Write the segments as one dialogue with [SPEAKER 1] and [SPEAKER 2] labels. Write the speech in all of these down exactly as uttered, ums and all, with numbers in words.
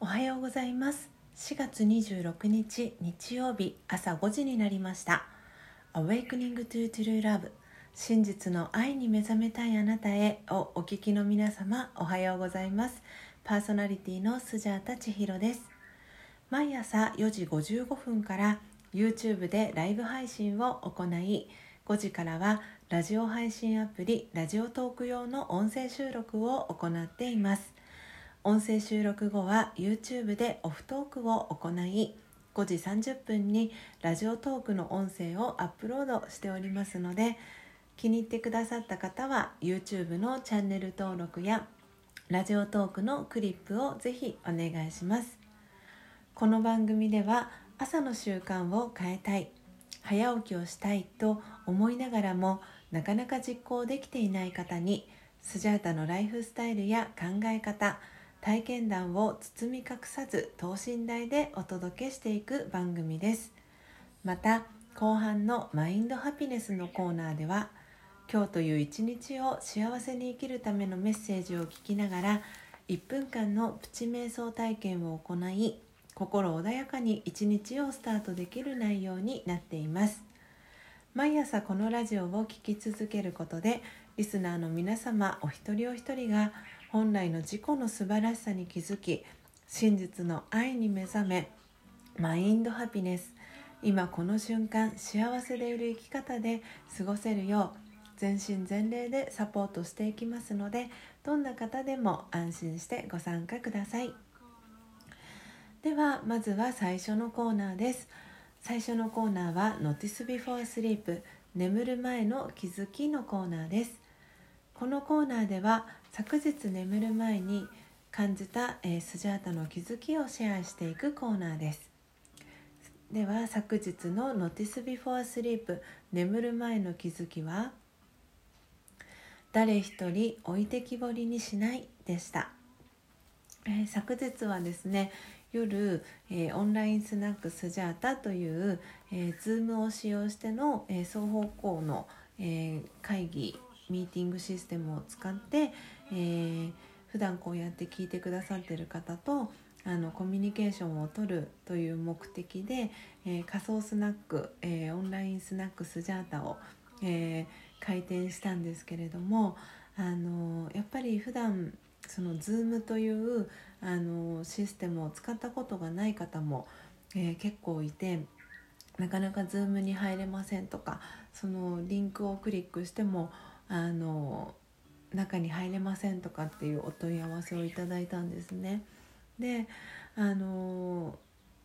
[SPEAKER 1] おはようございます。しがつにじゅうろくにち日曜日朝ごじになりました。 Awakening to True Love 真実の愛に目覚めたいあなたへをお聞きの皆様、おはようございます。パーソナリティのスジャータ千尋です。毎朝よじごじゅうごふんから YouTube でライブ配信を行い、ごじからはラジオ配信アプリラジオトーク用の音声収録を行っています。音声収録後は YouTube でオフトークを行い、ごじさんじゅっぷんにラジオトークの音声をアップロードしておりますので、気に入ってくださった方は YouTube のチャンネル登録やラジオトークのクリップをぜひお願いします。この番組では朝の習慣を変えたい、早起きをしたいと思いながらもなかなか実行できていない方に、スジャータのライフスタイルや考え方、体験談を包み隠さず等身大でお届けしていく番組です。また後半のマインドハピネスのコーナーでは、今日という一日を幸せに生きるためのメッセージを聞きながらいっぷんかんのプチ瞑想体験を行い、心穏やかに一日をスタートできる内容になっています。毎朝このラジオを聴き続けることで、リスナーの皆様お一人お一人が本来の自己の素晴らしさに気づき、真実の愛に目覚め、マインドハピネス、今この瞬間幸せでいる生き方で過ごせるよう全身全霊でサポートしていきますので、どんな方でも安心してご参加ください。ではまずは最初のコーナーです。最初のコーナーは Notice Before Sleep 眠る前の気づきのコーナーです。このコーナーでは昨日眠る前に感じた、えー、スジャータの気づきをシェアしていくコーナーです。では昨日の Notice Before Sleep 眠る前の気づきは、誰一人置いてきぼりにしないでした。えー、昨日はですね、夜、えー、オンラインスナックスジャータという、えー、Zoom を使用しての、えー、双方向の、えー、会議ミーティングシステムを使って、えー、普段こうやって聞いてくださっている方とあのコミュニケーションを取るという目的で、えー、仮想スナック、えー、オンラインスナックスジャータを、えー、開店したんですけれども、あのやっぱり普段その Zoom というあのシステムを使ったことがない方も、えー、結構いて、なかなか Zoom に入れませんとか、そのリンクをクリックしてもあの中に入れませんとかっていうお問い合わせをいただいたんですね。で、あの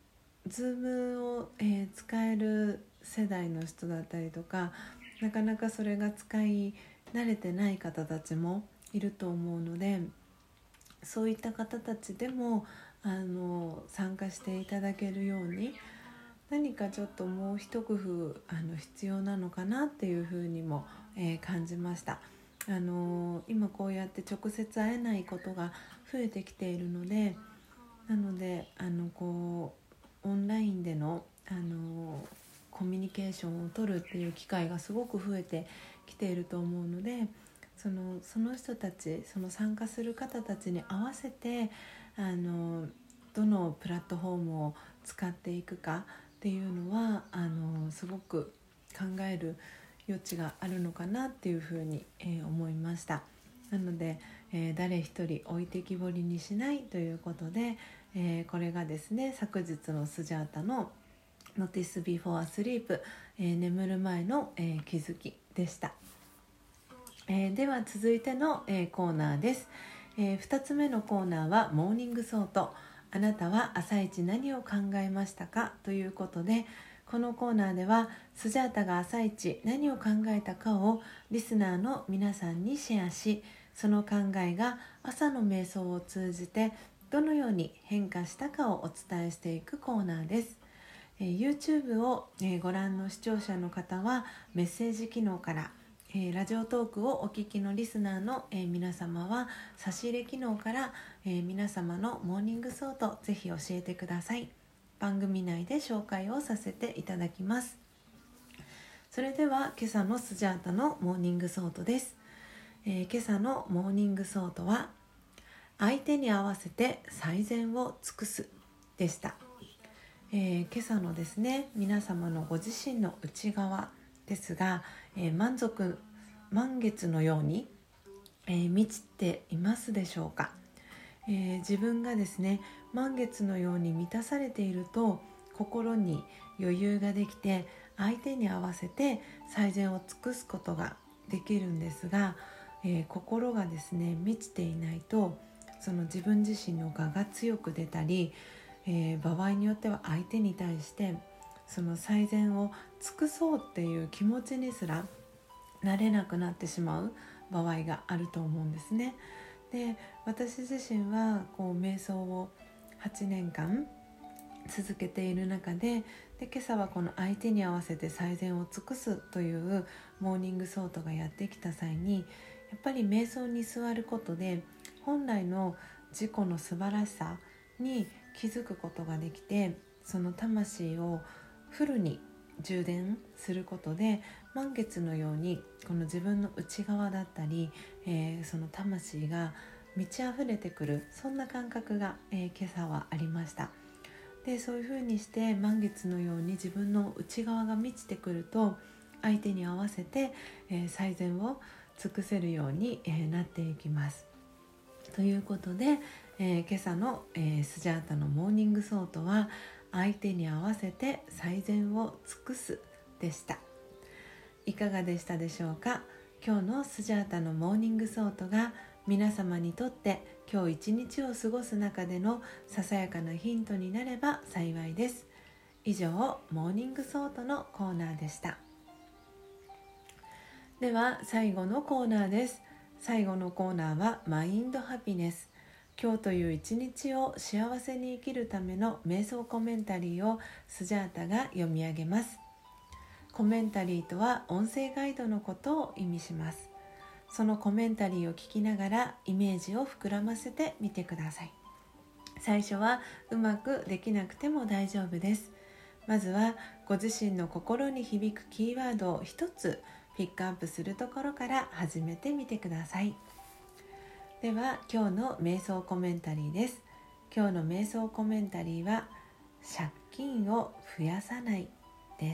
[SPEAKER 1] Zoom を、えー、使える世代の人だったりとか、なかなかそれが使い慣れてない方たちもいると思うので、そういった方たちでもあの参加していただけるように、何かちょっともう一工夫あの必要なのかなっていうふうにも、えー、感じました。あのー、今こうやって直接会えないことが増えてきているので、なのであのこうオンラインでの、あのー、コミュニケーションを取るっていう機会がすごく増えてきていると思うので、その、その人たち、その参加する方たちに合わせてあのどのプラットフォームを使っていくかっていうのはあのすごく考える余地があるのかなっていうふうに、えー、思いました。なので、えー、誰一人置いてきぼりにしないということで、えー、これがですね、昨日のスジャータの Notice Before Sleep、えー、眠る前の、えー、気づきでした。えー、では続いての、えー、コーナーです。えー、ふたつめのコーナーはモーニングソート、あなたは朝一何を考えましたかということで、このコーナーではスジャータが朝一何を考えたかをリスナーの皆さんにシェアし、その考えが朝の瞑想を通じてどのように変化したかをお伝えしていくコーナーです。えー、YouTube を、えー、ご覧の視聴者の方はメッセージ機能から、えー、ラジオトークをお聞きのリスナーの、えー、皆様は差し入れ機能から、えー、皆様のモーニングソートぜひ教えてください。番組内で紹介をさせていただきます。それでは今朝のスジャータのモーニングソートです。えー、今朝のモーニングソートは、 相手に合わせて最善を尽くすでした。えー、今朝のですね、皆様のご自身の内側ですが、えー、満足満月のように、えー、満ちていますでしょうか。えー、自分がですね、満月のように満たされていると心に余裕ができて、相手に合わせて最善を尽くすことができるんですが、えー、心がですね満ちていないと、その自分自身の我が強く出たり、えー、場合によっては相手に対してその最善を尽くそうっていう気持ちにすらなれなくなってしまう場合があると思うんですね。で、私自身はこう瞑想をはちねんかん続けている中で、で今朝はこの相手に合わせて最善を尽くすというモーニングソートがやってきた際に、やっぱり瞑想に座ることで本来の自己の素晴らしさに気づくことができて、その魂をフルに充電することで、満月のようにこの自分の内側だったり、えー、その魂が満ち溢れてくる、そんな感覚が、えー、今朝はありました。で、そういう風にして満月のように自分の内側が満ちてくると、相手に合わせて、えー、最善を尽くせるように、えー、なっていきます。ということで、えー、今朝の、えー、スジャータのモーニングソートは、相手に合わせて最善を尽くすでした。いかがでしたでしょうか。今日のスジャータのモーニングソートが皆様にとって今日一日を過ごす中でのささやかなヒントになれば幸いです。以上、モーニングソートのコーナーでした。では最後のコーナーです。最後のコーナーはマインドハピネス。今日という一日を幸せに生きるための瞑想コメンタリーをスジャータが読み上げます。コメンタリーとは音声ガイドのことを意味します。そのコメンタリーを聞きながらイメージを膨らませてみてください。最初はうまくできなくても大丈夫です。まずはご自身の心に響くキーワードを一つピックアップするところから始めてみてください。では今日の瞑想コメンタリーです。今日の瞑想コメンタリーは借金を増やさないです。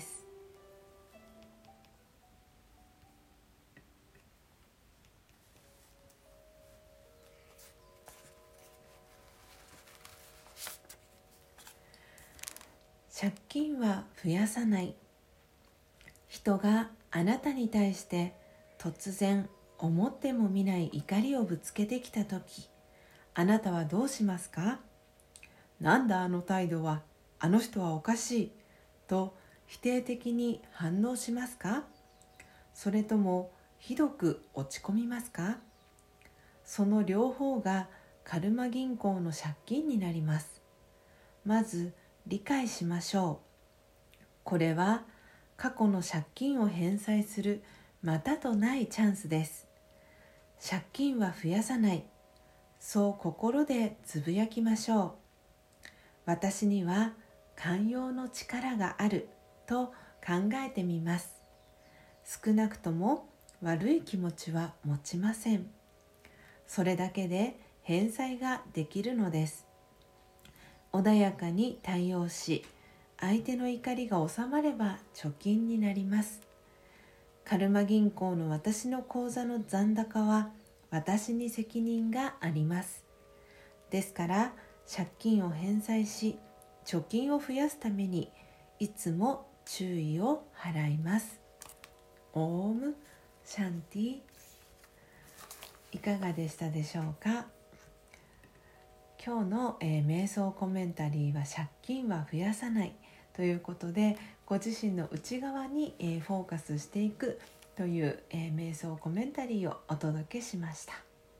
[SPEAKER 1] 借金は増やさない。人があなたに対して突然思ってもみない怒りをぶつけてきたとき、あなたはどうしますか？なんだあの態度は、あの人はおかしいと否定的に反応しますか？それともひどく落ち込みますか？その両方がカルマ銀行の借金になります。まず理解しましょう。これは過去の借金を返済するまたとないチャンスです。借金は増やさない。そう心でつぶやきましょう。私には寛容の力があると考えてみます。少なくとも悪い気持ちは持ちません。それだけで返済ができるのです。穏やかに対応し、相手の怒りが収まれば貯金になります。カルマ銀行の私の口座の残高は私に責任があります。ですから借金を返済し、貯金を増やすためにいつも注意を払います。オームシャンティ。いかがでしたでしょうか。今日の、えー、瞑想コメンタリーは借金は増やさないということで、ご自身の内側に、えー、フォーカスしていくという、えー、瞑想コメンタリーをお届けしました。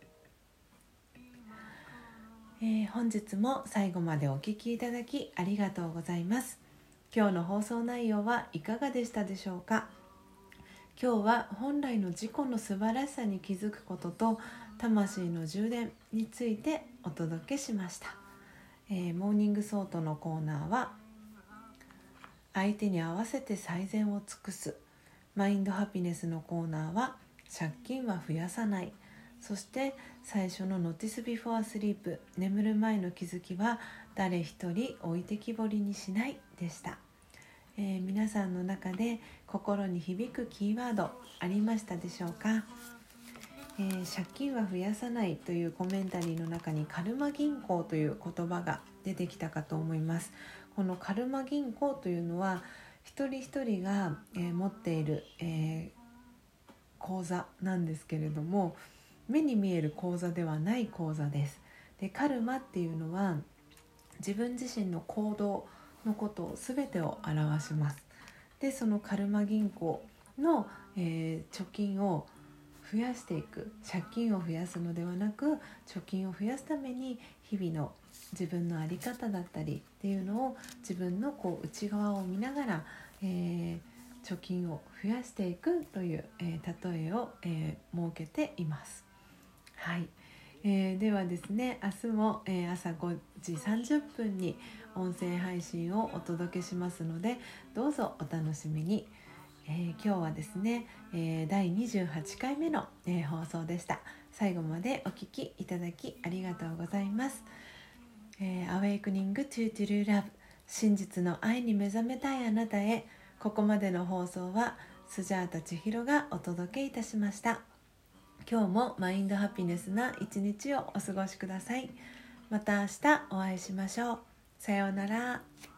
[SPEAKER 1] えー、本日も最後までお聞きいただきありがとうございます。今日の放送内容はいかがでしたでしょうか。今日は本来の自己の素晴らしさに気づくことと魂の充電についてお届けしました。えー、モーニングソートのコーナーは相手に合わせて最善を尽くす。マインドハピネスのコーナーは借金は増やさない。 そして最初の Notice Before Sleep 眠る前の気づきは誰一人置いてきぼりにしないでした。えー、皆さんの中で心に響くキーワードありましたでしょうか。えー、借金は増やさないというコメンタリーの中にカルマ銀行という言葉が出てきたかと思います。このカルマ銀行というのは一人一人が、えー、持っている、えー、口座なんですけれども、目に見える口座ではない口座です。で、カルマっていうのは自分自身の行動のことを全てを表します。で、そのカルマ銀行の、えー、貯金を増やしていく、借金を増やすのではなく貯金を増やすために日々の自分の在り方だったりっていうのを自分のこう内側を見ながら、えー、貯金を増やしていくという、えー、例えを、えー、設けています。はい、えー、ではですね、明日も、えー、朝ごじさんじゅっぷんに音声配信をお届けしますので、どうぞお楽しみに。えー、今日はですね、えー、だいにじゅうはちかいめの、えー、放送でした。最後までお聞きいただきありがとうございます。えー、Awakening to True Love、 真実の愛に目覚めたいあなたへ。ここまでの放送はスジャータ千尋がお届けいたしました。今日もマインドハピネスな一日をお過ごしください。また明日お会いしましょう。さようなら。